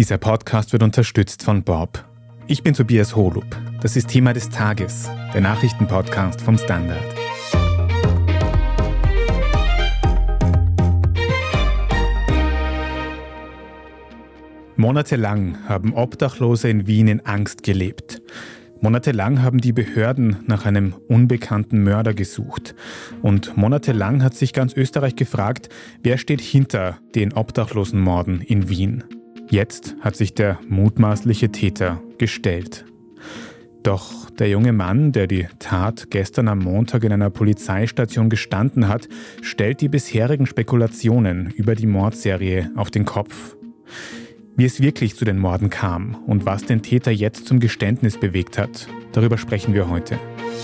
Dieser Podcast wird unterstützt von Bob. Ich bin Tobias Holub. Das ist Thema des Tages, der Nachrichtenpodcast vom Standard. Monatelang haben Obdachlose in Wien in Angst gelebt. Monatelang haben die Behörden nach einem unbekannten Mörder gesucht. Und monatelang hat sich ganz Österreich gefragt, wer steht hinter den Obdachlosenmorden in Wien. Jetzt hat sich der mutmaßliche Täter gestellt. Doch der junge Mann, der die Tat gestern am Montag in einer Polizeistation gestanden hat, stellt die bisherigen Spekulationen über die Mordserie auf den Kopf. Wie es wirklich zu den Morden kam und was den Täter jetzt zum Geständnis bewegt hat, darüber sprechen wir heute.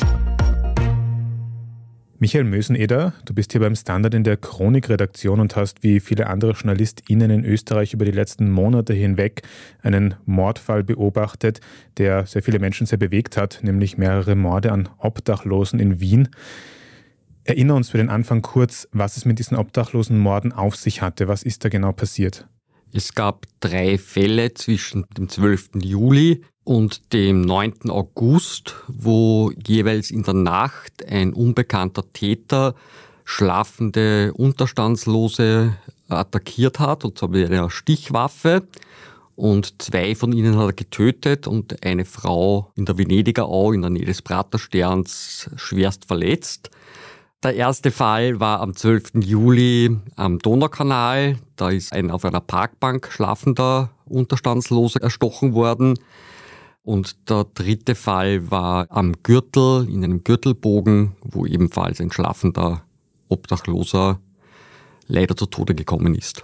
Michael Möseneder, du bist hier beim Standard in der Chronik-Redaktion und hast wie viele andere JournalistInnen in Österreich über die letzten Monate hinweg einen Mordfall beobachtet, der sehr viele Menschen sehr bewegt hat, nämlich mehrere Morde an Obdachlosen in Wien. Erinnere uns für den Anfang kurz, was es mit diesen Obdachlosenmorden auf sich hatte. Was ist da genau passiert? Es gab 3 Fälle zwischen dem 12. Juli und dem 9. August, wo jeweils in der Nacht ein unbekannter Täter schlafende Unterstandslose attackiert hat, und zwar mit einer Stichwaffe. Und 2 von ihnen hat er getötet und eine Frau in der Venediger Au in der Nähe des Pratersterns schwerst verletzt. Der erste Fall war am 12. Juli am Donaukanal. Da ist ein auf einer Parkbank schlafender Unterstandsloser erstochen worden. Und der dritte Fall war am Gürtel, in einem Gürtelbogen, wo ebenfalls ein schlafender Obdachloser leider zu Tode gekommen ist.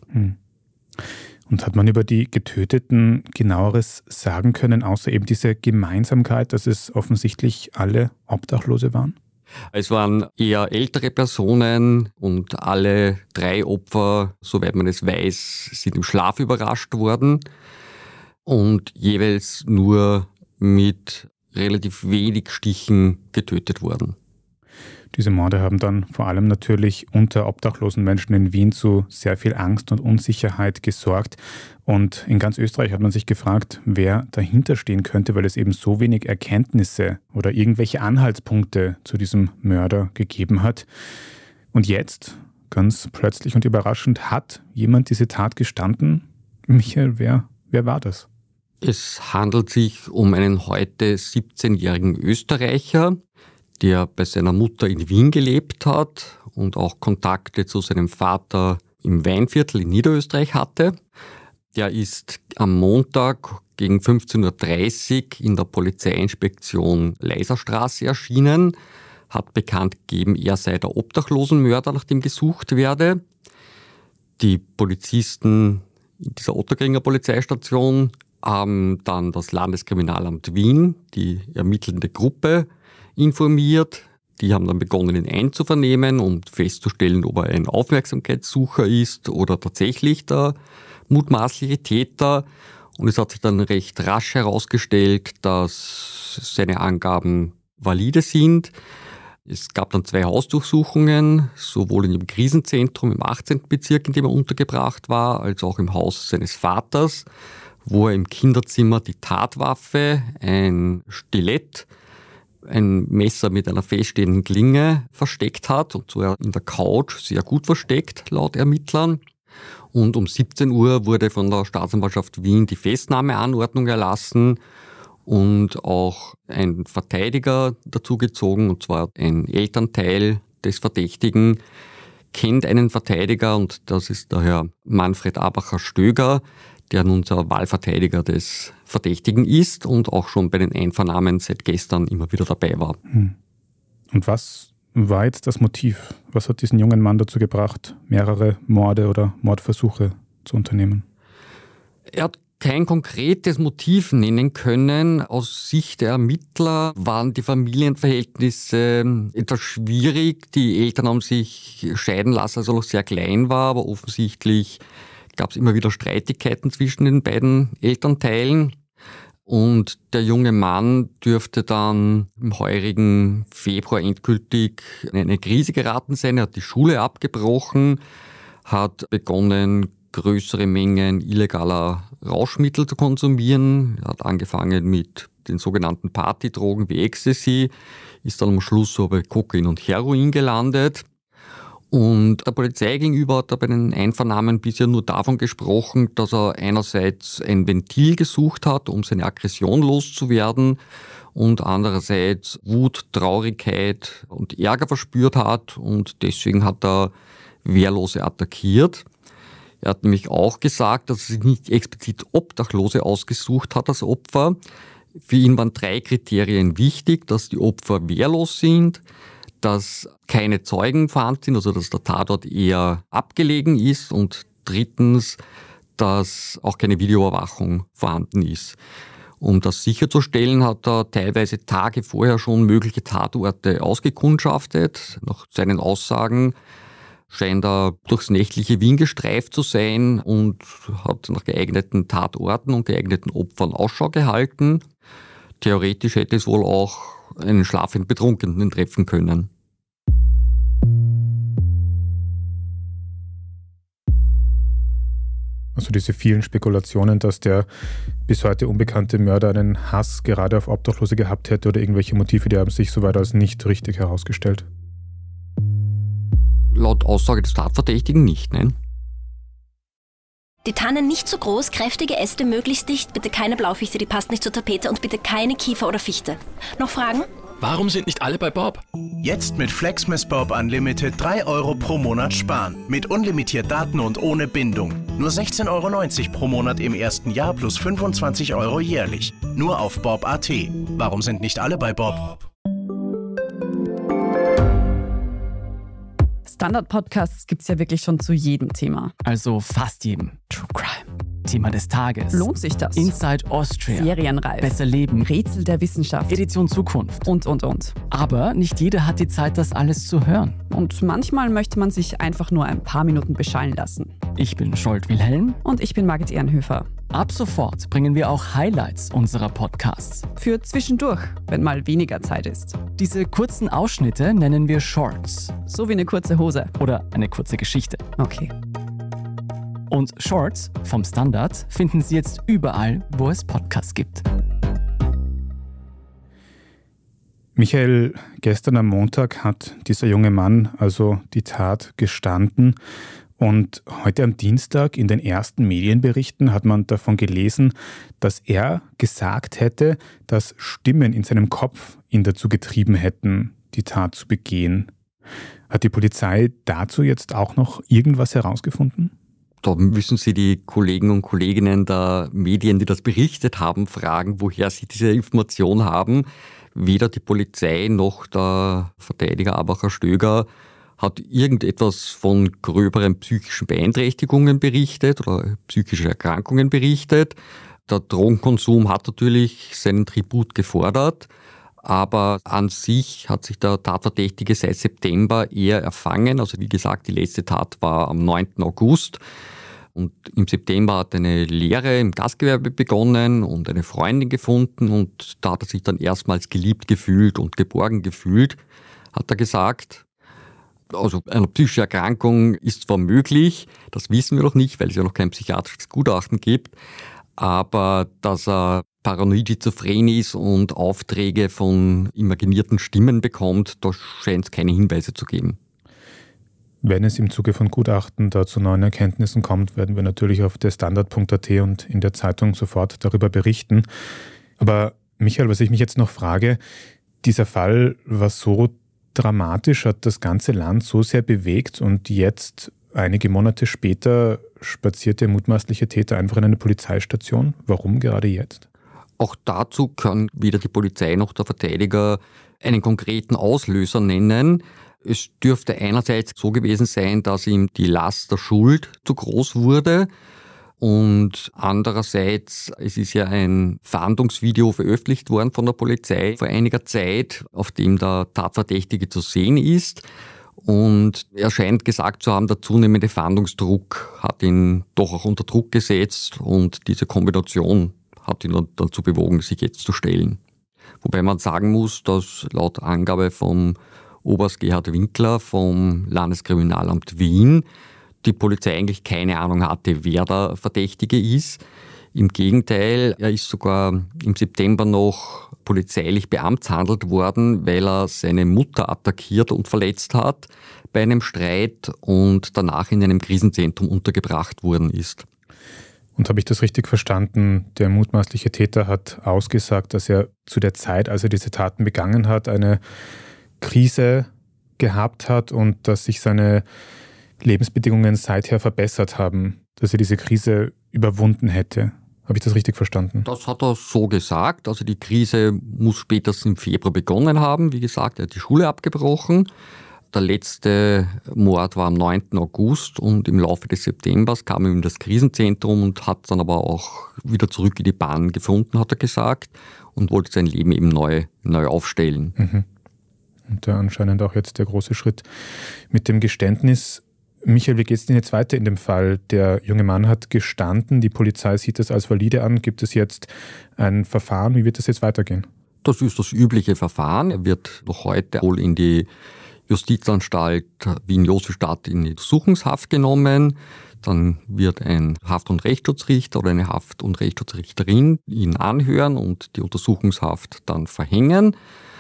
Und hat man über die Getöteten genaueres sagen können, außer eben diese Gemeinsamkeit, dass es offensichtlich alle Obdachlose waren? Es waren eher ältere Personen und alle 3 Opfer, soweit man es weiß, sind im Schlaf überrascht worden und jeweils nur mit relativ wenig Stichen getötet worden. Diese Morde haben dann vor allem natürlich unter obdachlosen Menschen in Wien zu sehr viel Angst und Unsicherheit gesorgt. Und in ganz Österreich hat man sich gefragt, wer dahinter stehen könnte, weil es eben so wenig Erkenntnisse oder irgendwelche Anhaltspunkte zu diesem Mörder gegeben hat. Und jetzt, ganz plötzlich und überraschend, hat jemand diese Tat gestanden. Michael, wer war das? Es handelt sich um einen heute 17-jährigen Österreicher, der bei seiner Mutter in Wien gelebt hat und auch Kontakte zu seinem Vater im Weinviertel in Niederösterreich hatte. Der ist am Montag gegen 15.30 Uhr in der Polizeiinspektion Leiserstraße erschienen, hat bekannt gegeben, er sei der Obdachlosenmörder, nach dem gesucht werde. Die Polizisten in dieser Otterkringer Polizeistation haben dann das Landeskriminalamt Wien, die ermittelnde Gruppe, informiert. Die haben dann begonnen, ihn einzuvernehmen, um festzustellen, ob er ein Aufmerksamkeitssucher ist oder tatsächlich der mutmaßliche Täter. Und es hat sich dann recht rasch herausgestellt, dass seine Angaben valide sind. Es gab dann 2 Hausdurchsuchungen, sowohl in dem Krisenzentrum im 18. Bezirk, in dem er untergebracht war, als auch im Haus seines Vaters, wo er im Kinderzimmer die Tatwaffe, ein Stilett, ein Messer mit einer feststehenden Klinge versteckt hat, und zwar in der Couch sehr gut versteckt, laut Ermittlern. Und um 17 Uhr wurde von der Staatsanwaltschaft Wien die Festnahmeanordnung erlassen und auch ein Verteidiger dazugezogen, und zwar ein Elternteil des Verdächtigen, kennt einen Verteidiger, und das ist der Herr Manfred Abacher-Stöger, der nun der Wahlverteidiger des Verdächtigen ist und auch schon bei den Einvernahmen seit gestern immer wieder dabei war. Und was war jetzt das Motiv? Was hat diesen jungen Mann dazu gebracht, mehrere Morde oder Mordversuche zu unternehmen? Er hat kein konkretes Motiv nennen können. Aus Sicht der Ermittler waren die Familienverhältnisse etwas schwierig. Die Eltern haben sich scheiden lassen, als er noch sehr klein war, aber offensichtlich gab es immer wieder Streitigkeiten zwischen den beiden Elternteilen. Und der junge Mann dürfte dann im heurigen Februar endgültig in eine Krise geraten sein. Er hat die Schule abgebrochen, hat begonnen, größere Mengen illegaler Rauschmittel zu konsumieren. Er hat angefangen mit den sogenannten Partydrogen wie Ecstasy, ist dann am Schluss so bei Kokain und Heroin gelandet. Und der Polizei gegenüber hat er bei den Einvernahmen bisher nur davon gesprochen, dass er einerseits ein Ventil gesucht hat, um seine Aggression loszuwerden, und andererseits Wut, Traurigkeit und Ärger verspürt hat und deswegen hat er Wehrlose attackiert. Er hat nämlich auch gesagt, dass er sich nicht explizit Obdachlose ausgesucht hat als Opfer. Für ihn waren 3 Kriterien wichtig, dass die Opfer wehrlos sind, dass keine Zeugen vorhanden sind, also dass der Tatort eher abgelegen ist und drittens, dass auch keine Videoüberwachung vorhanden ist. Um das sicherzustellen, hat er teilweise Tage vorher schon mögliche Tatorte ausgekundschaftet. Nach seinen Aussagen scheint er durchs nächtliche Wien gestreift zu sein und hat nach geeigneten Tatorten und geeigneten Opfern Ausschau gehalten. Theoretisch hätte es wohl auch einen schlafenden Betrunkenen treffen können. Also diese vielen Spekulationen, dass der bis heute unbekannte Mörder einen Hass gerade auf Obdachlose gehabt hätte oder irgendwelche Motive, die haben sich soweit als nicht richtig herausgestellt. Laut Aussage des Tatverdächtigen nicht, nein. Die Tannen nicht zu groß, kräftige Äste möglichst dicht, bitte keine Blaufichte, die passt nicht zur Tapete und bitte keine Kiefer oder Fichte. Noch Fragen? Warum sind nicht alle bei Bob? Jetzt mit Flexmas Bob Unlimited 3 € pro Monat sparen. Mit unlimitiert Daten und ohne Bindung. Nur 16,90 € pro Monat im ersten Jahr plus 25 € jährlich. Nur auf bob.at. Warum sind nicht alle bei Bob? Standard-Podcasts gibt's ja wirklich schon zu jedem Thema. Also fast jedem. True Crime. Thema des Tages. Lohnt sich das? Inside Austria. Serienreif. Besser leben. Rätsel der Wissenschaft. Edition Zukunft. Und. Aber nicht jeder hat die Zeit, das alles zu hören. Und manchmal möchte man sich einfach nur ein paar Minuten beschallen lassen. Ich bin Scholt Wilhelm. Und ich bin Margit Ehrenhöfer. Ab sofort bringen wir auch Highlights unserer Podcasts. Für zwischendurch, wenn mal weniger Zeit ist. Diese kurzen Ausschnitte nennen wir Shorts. So wie eine kurze Hose. Oder eine kurze Geschichte. Okay. Und Shorts vom Standard finden Sie jetzt überall, wo es Podcasts gibt. Michael, gestern am Montag hat dieser junge Mann also die Tat gestanden. Und heute am Dienstag in den ersten Medienberichten hat man davon gelesen, dass er gesagt hätte, dass Stimmen in seinem Kopf ihn dazu getrieben hätten, die Tat zu begehen. Hat die Polizei dazu jetzt auch noch irgendwas herausgefunden? Da müssen Sie die Kollegen und Kolleginnen der Medien, die das berichtet haben, fragen, woher sie diese Information haben. Weder die Polizei noch der Verteidiger Abacher-Stöger hat irgendetwas von gröberen psychischen Beeinträchtigungen berichtet oder psychische Erkrankungen berichtet. Der Drogenkonsum hat natürlich seinen Tribut gefordert, aber an sich hat sich der Tatverdächtige seit September eher erfangen. Also wie gesagt, die letzte Tat war am 9. August. Und im September hat eine Lehre im Gastgewerbe begonnen und eine Freundin gefunden und da hat er sich dann erstmals geliebt gefühlt und geborgen gefühlt, hat er gesagt. Also eine psychische Erkrankung ist zwar möglich, das wissen wir noch nicht, weil es ja noch kein psychiatrisches Gutachten gibt, aber dass er paranoid schizophren ist und Aufträge von imaginierten Stimmen bekommt, da scheint es keine Hinweise zu geben. Wenn es im Zuge von Gutachten da zu neuen Erkenntnissen kommt, werden wir natürlich auf derstandard.at und in der Zeitung sofort darüber berichten. Aber Michael, was ich mich jetzt noch frage, dieser Fall war so dramatisch, hat das ganze Land so sehr bewegt und jetzt, einige Monate später, spaziert der mutmaßliche Täter einfach in eine Polizeistation. Warum gerade jetzt? Auch dazu kann weder die Polizei noch der Verteidiger einen konkreten Auslöser nennen. Es dürfte einerseits so gewesen sein, dass ihm die Last der Schuld zu groß wurde und andererseits, es ist ja ein Fahndungsvideo veröffentlicht worden von der Polizei vor einiger Zeit, auf dem der Tatverdächtige zu sehen ist und er scheint gesagt zu haben, der zunehmende Fahndungsdruck hat ihn doch auch unter Druck gesetzt und diese Kombination hat ihn dann dazu bewogen, sich jetzt zu stellen. Wobei man sagen muss, dass laut Angabe vom Oberst Gerhard Winkler vom Landeskriminalamt Wien die Polizei eigentlich keine Ahnung hatte, wer der Verdächtige ist. Im Gegenteil, er ist sogar im September noch polizeilich beamtshandelt worden, weil er seine Mutter attackiert und verletzt hat bei einem Streit und danach in einem Krisenzentrum untergebracht worden ist. Und habe ich das richtig verstanden? Der mutmaßliche Täter hat ausgesagt, dass er zu der Zeit, als er diese Taten begangen hat, eine Krise gehabt hat und dass sich seine Lebensbedingungen seither verbessert haben, dass er diese Krise überwunden hätte. Habe ich das richtig verstanden? Das hat er so gesagt. Also die Krise muss spätestens im Februar begonnen haben. Wie gesagt, er hat die Schule abgebrochen. Der letzte Mord war am 9. August und im Laufe des Septembers kam er in das Krisenzentrum und hat dann aber auch wieder zurück in die Bahn gefunden, hat er gesagt, und wollte sein Leben eben neu aufstellen. Mhm. Und anscheinend auch jetzt der große Schritt mit dem Geständnis. Michael, wie geht es denn jetzt weiter in dem Fall? Der junge Mann hat gestanden, die Polizei sieht das als valide an. Gibt es jetzt ein Verfahren? Wie wird das jetzt weitergehen? Das ist das übliche Verfahren. Er wird noch heute wohl in die Justizanstalt Wien-Josefstadt in die Untersuchungshaft genommen. Dann wird ein Haft- und Rechtsschutzrichter oder eine Haft- und Rechtsschutzrichterin ihn anhören und die Untersuchungshaft dann verhängen.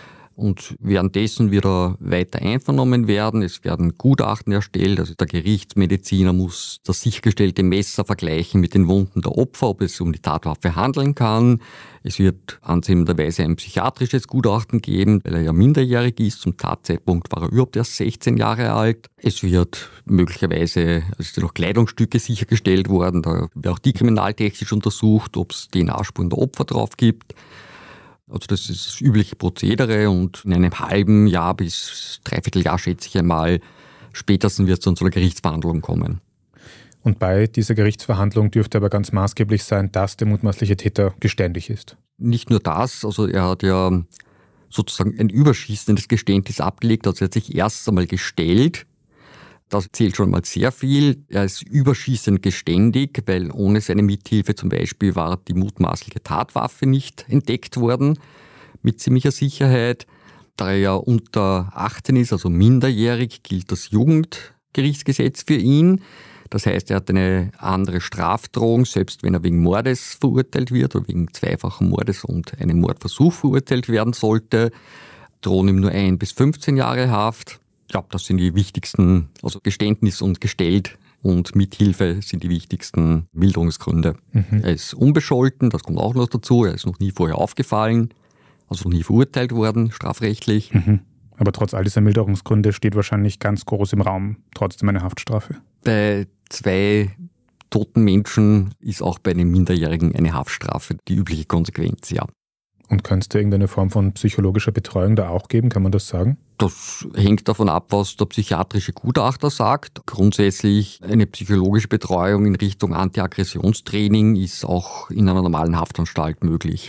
Und währenddessen wird er weiter einvernommen werden. Es werden Gutachten erstellt. Also der Gerichtsmediziner muss das sichergestellte Messer vergleichen mit den Wunden der Opfer, ob es um die Tatwaffe handeln kann. Es wird anzunehmenderweise ein psychiatrisches Gutachten geben, weil er ja minderjährig ist. Zum Tatzeitpunkt war er überhaupt erst 16 Jahre alt. Es wird möglicherweise, es sind noch Kleidungsstücke sichergestellt worden. Da wird auch die kriminaltechnisch untersucht, ob es DNA-Spuren der Opfer drauf gibt. Also das ist das übliche Prozedere und in einem halben Jahr bis Dreivierteljahr, schätze ich einmal, spätestens wird es dann zu einer Gerichtsverhandlung kommen. Und bei dieser Gerichtsverhandlung dürfte aber ganz maßgeblich sein, dass der mutmaßliche Täter geständig ist. Nicht nur das, also er hat ja sozusagen ein überschießendes Geständnis abgelegt, also er hat sich erst einmal gestellt. Das zählt schon mal sehr viel. Er ist überschießend geständig, weil ohne seine Mithilfe zum Beispiel war die mutmaßliche Tatwaffe nicht entdeckt worden, mit ziemlicher Sicherheit. Da er ja unter 18 ist, also minderjährig, gilt das Jugendgerichtsgesetz für ihn. Das heißt, er hat eine andere Strafdrohung, selbst wenn er wegen Mordes verurteilt wird oder wegen zweifachen Mordes und einem Mordversuch verurteilt werden sollte, drohen ihm nur 1 bis 15 Jahre Haft. Ich glaube, das sind die wichtigsten, also Geständnis und gestellt und Mithilfe sind die wichtigsten Milderungsgründe. Er ist unbescholten, das kommt auch noch dazu, er ist noch nie vorher aufgefallen, also noch nie verurteilt worden, strafrechtlich. Aber trotz all dieser Milderungsgründe steht wahrscheinlich ganz groß im Raum trotzdem eine Haftstrafe. Bei 2 toten Menschen ist auch bei einem Minderjährigen eine Haftstrafe die übliche Konsequenz, ja. Und könnte es irgendeine Form von psychologischer Betreuung da auch geben, kann man das sagen? Das hängt davon ab, was der psychiatrische Gutachter sagt. Grundsätzlich eine psychologische Betreuung in Richtung Antiaggressionstraining ist auch in einer normalen Haftanstalt möglich.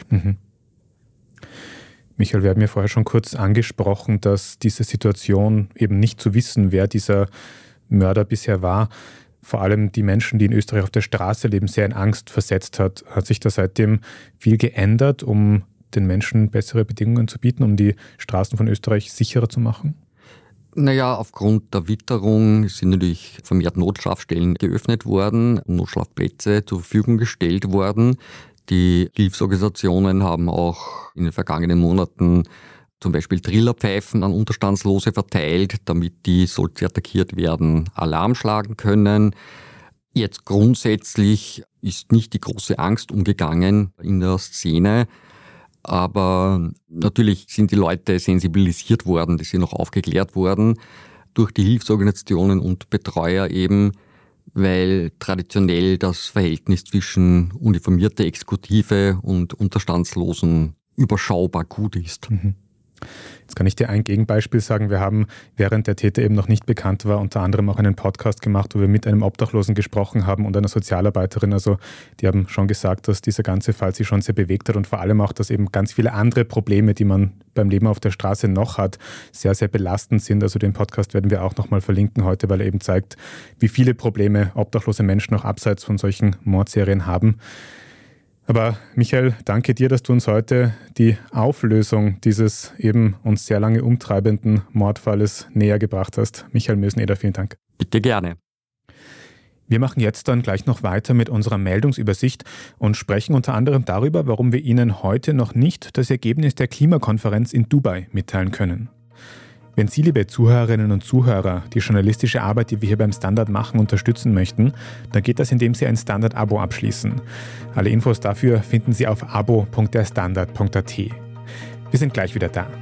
Michael, wir haben ja vorher schon kurz angesprochen, dass diese Situation eben nicht zu wissen, wer dieser Mörder bisher war, vor allem die Menschen, die in Österreich auf der Straße leben, sehr in Angst versetzt hat. Hat sich da seitdem viel geändert, um den Menschen bessere Bedingungen zu bieten, um die Straßen von Österreich sicherer zu machen? Naja, aufgrund der Witterung sind natürlich vermehrt Notschlafstellen geöffnet worden, Notschlafplätze zur Verfügung gestellt worden. Die Hilfsorganisationen haben auch in den vergangenen Monaten zum Beispiel Trillerpfeifen an Unterstandslose verteilt, damit die, sollte sie attackiert werden, Alarm schlagen können. Jetzt grundsätzlich ist nicht die große Angst umgegangen in der Szene, aber natürlich sind die Leute sensibilisiert worden, die sind auch aufgeklärt worden durch die Hilfsorganisationen und Betreuer eben, weil traditionell das Verhältnis zwischen uniformierter Exekutive und Unterstandslosen überschaubar gut ist. Jetzt kann ich dir ein Gegenbeispiel sagen. Wir haben, während der Täter eben noch nicht bekannt war, unter anderem auch einen Podcast gemacht, wo wir mit einem Obdachlosen gesprochen haben und einer Sozialarbeiterin. Also die haben schon gesagt, dass dieser ganze Fall sie schon sehr bewegt hat und vor allem auch, dass eben ganz viele andere Probleme, die man beim Leben auf der Straße noch hat, sehr, sehr belastend sind. Also den Podcast werden wir auch nochmal verlinken heute, weil er eben zeigt, wie viele Probleme obdachlose Menschen auch abseits von solchen Mordserien haben. Aber Michael, danke dir, dass du uns heute die Auflösung dieses eben uns sehr lange umtreibenden Mordfalles näher gebracht hast. Michael Möseneder, vielen Dank. Bitte gerne. Wir machen jetzt dann gleich noch weiter mit unserer Meldungsübersicht und sprechen unter anderem darüber, warum wir Ihnen heute noch nicht das Ergebnis der Klimakonferenz in Dubai mitteilen können. Wenn Sie, liebe Zuhörerinnen und Zuhörer, die journalistische Arbeit, die wir hier beim Standard machen, unterstützen möchten, dann geht das, indem Sie ein Standard-Abo abschließen. Alle Infos dafür finden Sie auf abo.derstandard.at. Wir sind gleich wieder da.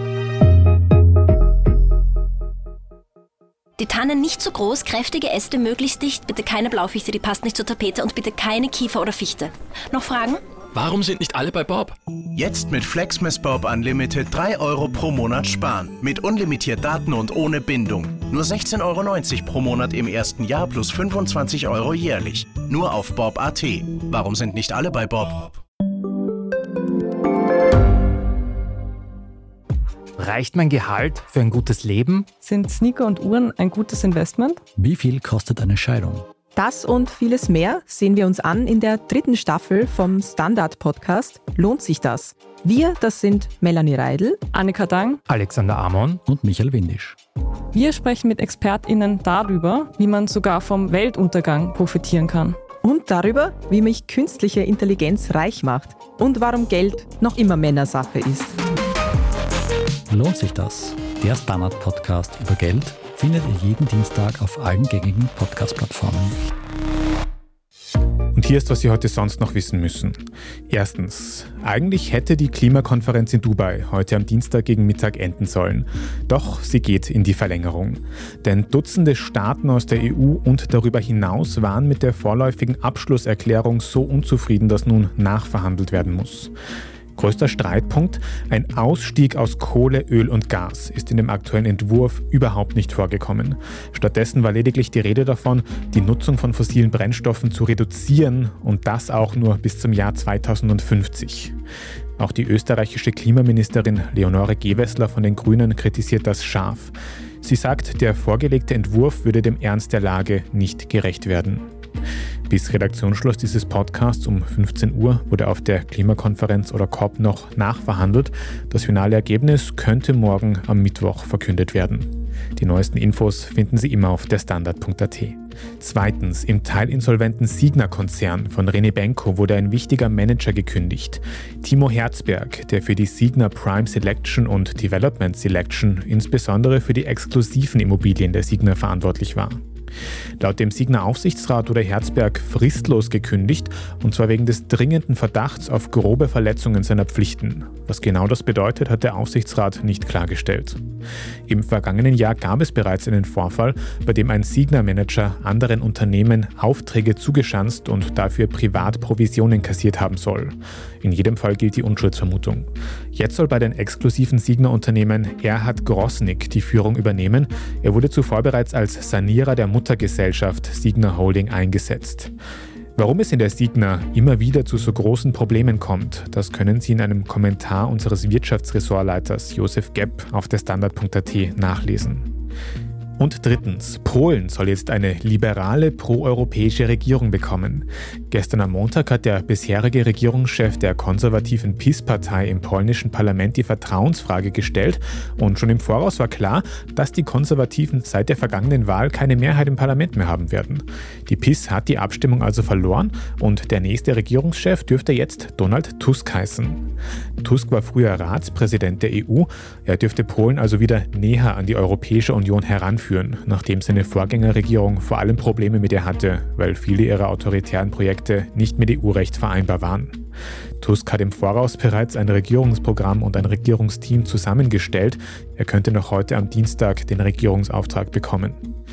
Die Tannen nicht zu groß, kräftige Äste möglichst dicht, bitte keine Blaufichte, die passt nicht zur Tapete und bitte keine Kiefer oder Fichte. Noch Fragen? Warum sind nicht alle bei Bob? Jetzt mit Flexmas Bob Unlimited 3 Euro pro Monat sparen. Mit unlimitiert Daten und ohne Bindung. Nur 16,90 Euro pro Monat im ersten Jahr plus 25 Euro jährlich. Nur auf bob.at. Warum sind nicht alle bei Bob? Reicht mein Gehalt für ein gutes Leben? Sind Sneaker und Uhren ein gutes Investment? Wie viel kostet eine Scheidung? Das und vieles mehr sehen wir uns an in der 3. Staffel vom Standard-Podcast Lohnt sich das? Wir, das sind Melanie Reidl, Annika Dang, Alexander Amon und Michael Windisch. Wir sprechen mit ExpertInnen darüber, wie man sogar vom Weltuntergang profitieren kann. Und darüber, wie mich künstliche Intelligenz reich macht und warum Geld noch immer Männersache ist. Lohnt sich das? Der Standard-Podcast über Geld findet ihr jeden Dienstag auf allen gängigen Podcast-Plattformen. Und hier ist, was Sie heute sonst noch wissen müssen. Erstens, eigentlich hätte die Klimakonferenz in Dubai heute am Dienstag gegen Mittag enden sollen. Doch sie geht in die Verlängerung. Denn Dutzende Staaten aus der EU und darüber hinaus waren mit der vorläufigen Abschlusserklärung so unzufrieden, dass nun nachverhandelt werden muss. Größter Streitpunkt: ein Ausstieg aus Kohle, Öl und Gas ist in dem aktuellen Entwurf überhaupt nicht vorgekommen. Stattdessen war lediglich die Rede davon, die Nutzung von fossilen Brennstoffen zu reduzieren und das auch nur bis zum Jahr 2050. Auch die österreichische Klimaministerin Leonore Gewessler von den Grünen kritisiert das scharf. Sie sagt, der vorgelegte Entwurf würde dem Ernst der Lage nicht gerecht werden. Bis Redaktionsschluss dieses Podcasts um 15 Uhr wurde auf der Klimakonferenz oder COP noch nachverhandelt. Das finale Ergebnis könnte morgen am Mittwoch verkündet werden. Die neuesten Infos finden Sie immer auf derstandard.at. Zweitens, im teilinsolventen Signa-Konzern von René Benko wurde ein wichtiger Manager gekündigt. Timo Herzberg, der für die Signa Prime Selection und Development Selection insbesondere für die exklusiven Immobilien der Signa verantwortlich war. Laut dem Signa-Aufsichtsrat wurde Herzberg fristlos gekündigt, und zwar wegen des dringenden Verdachts auf grobe Verletzungen seiner Pflichten. Was genau das bedeutet, hat der Aufsichtsrat nicht klargestellt. Im vergangenen Jahr gab es bereits einen Vorfall, bei dem ein Signa-Manager anderen Unternehmen Aufträge zugeschanzt und dafür privat Provisionen kassiert haben soll. In jedem Fall gilt die Unschuldsvermutung. Jetzt soll bei den exklusiven Signa-Unternehmen Erhard Grosnick die Führung übernehmen. Er wurde zuvor bereits als Sanierer der Muttergesellschaft Signa Holding eingesetzt. Warum es in der Signa immer wieder zu so großen Problemen kommt, das können Sie in einem Kommentar unseres Wirtschaftsressortleiters Josef Gepp auf derstandard.at nachlesen. Und drittens, Polen soll jetzt eine liberale proeuropäische Regierung bekommen. Gestern am Montag hat der bisherige Regierungschef der konservativen PiS-Partei im polnischen Parlament die Vertrauensfrage gestellt und schon im Voraus war klar, dass die Konservativen seit der vergangenen Wahl keine Mehrheit im Parlament mehr haben werden. Die PiS hat die Abstimmung also verloren und der nächste Regierungschef dürfte jetzt Donald Tusk heißen. Tusk war früher Ratspräsident der EU, er dürfte Polen also wieder näher an die Europäische Union heranführen, nachdem seine Vorgängerregierung vor allem Probleme mit ihr hatte, weil viele ihrer autoritären Projekte nicht mit EU-Recht vereinbar waren. Tusk hat im Voraus bereits ein Regierungsprogramm und ein Regierungsteam zusammengestellt. Er könnte noch heute am Dienstag den Regierungsauftrag bekommen.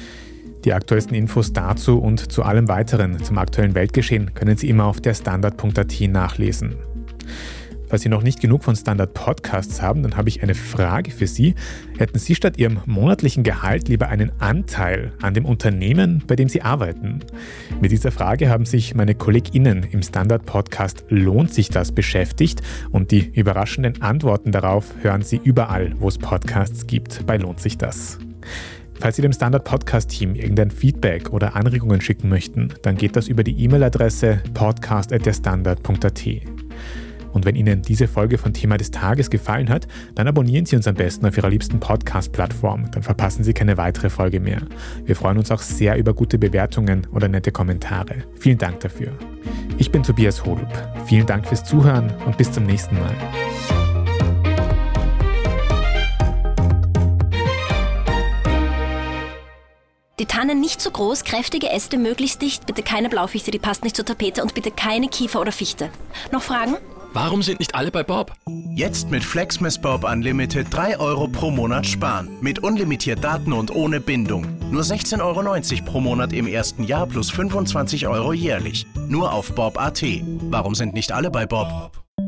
Die aktuellsten Infos dazu und zu allem weiteren zum aktuellen Weltgeschehen können Sie immer auf derstandard.at nachlesen. Falls Sie noch nicht genug von Standard-Podcasts haben, dann habe ich eine Frage für Sie. Hätten Sie statt Ihrem monatlichen Gehalt lieber einen Anteil an dem Unternehmen, bei dem Sie arbeiten? Mit dieser Frage haben sich meine KollegInnen im Standard-Podcast Lohnt sich das beschäftigt und die überraschenden Antworten darauf hören Sie überall, wo es Podcasts gibt, bei Lohnt sich das. Falls Sie dem Standard-Podcast-Team irgendein Feedback oder Anregungen schicken möchten, dann geht das über die E-Mail-Adresse podcast@derstandard.at. Und wenn Ihnen diese Folge von Thema des Tages gefallen hat, dann abonnieren Sie uns am besten auf Ihrer liebsten Podcast-Plattform. Dann verpassen Sie keine weitere Folge mehr. Wir freuen uns auch sehr über gute Bewertungen oder nette Kommentare. Vielen Dank dafür. Ich bin Tobias Holub. Vielen Dank fürs Zuhören und bis zum nächsten Mal. Die Tannen nicht zu groß, kräftige Äste möglichst dicht, bitte keine Blaufichte, die passt nicht zur Tapete und bitte keine Kiefer oder Fichte. Noch Fragen? Warum sind nicht alle bei Bob? Jetzt mit Flexmas Bob Unlimited 3 Euro pro Monat sparen. Mit unlimitiert Daten und ohne Bindung. Nur 16,90 Euro pro Monat im ersten Jahr plus 25 Euro jährlich. Nur auf bob.at. Warum sind nicht alle bei Bob?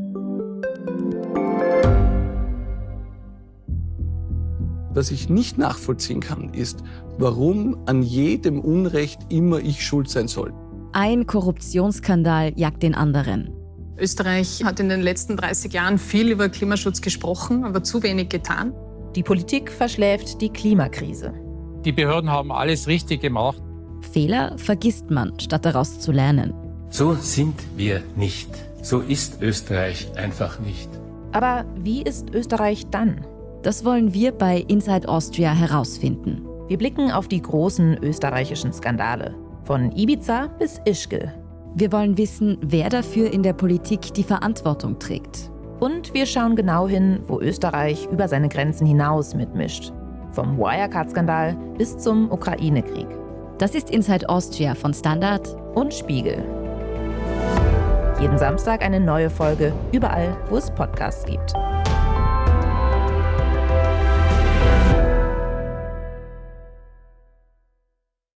Was ich nicht nachvollziehen kann, ist, warum an jedem Unrecht immer ich schuld sein soll. Ein Korruptionsskandal jagt den anderen. Österreich hat in den letzten 30 Jahren viel über Klimaschutz gesprochen, aber zu wenig getan. Die Politik verschläft die Klimakrise. Die Behörden haben alles richtig gemacht. Fehler vergisst man, statt daraus zu lernen. So sind wir nicht. So ist Österreich einfach nicht. Aber wie ist Österreich dann? Das wollen wir bei Inside Austria herausfinden. Wir blicken auf die großen österreichischen Skandale. Von Ibiza bis Ischgl. Wir wollen wissen, wer dafür in der Politik die Verantwortung trägt. Und wir schauen genau hin, wo Österreich über seine Grenzen hinaus mitmischt. Vom Wirecard-Skandal bis zum Ukraine-Krieg. Das ist Inside Austria von Standard und Spiegel. Jeden Samstag eine neue Folge, überall, wo es Podcasts gibt.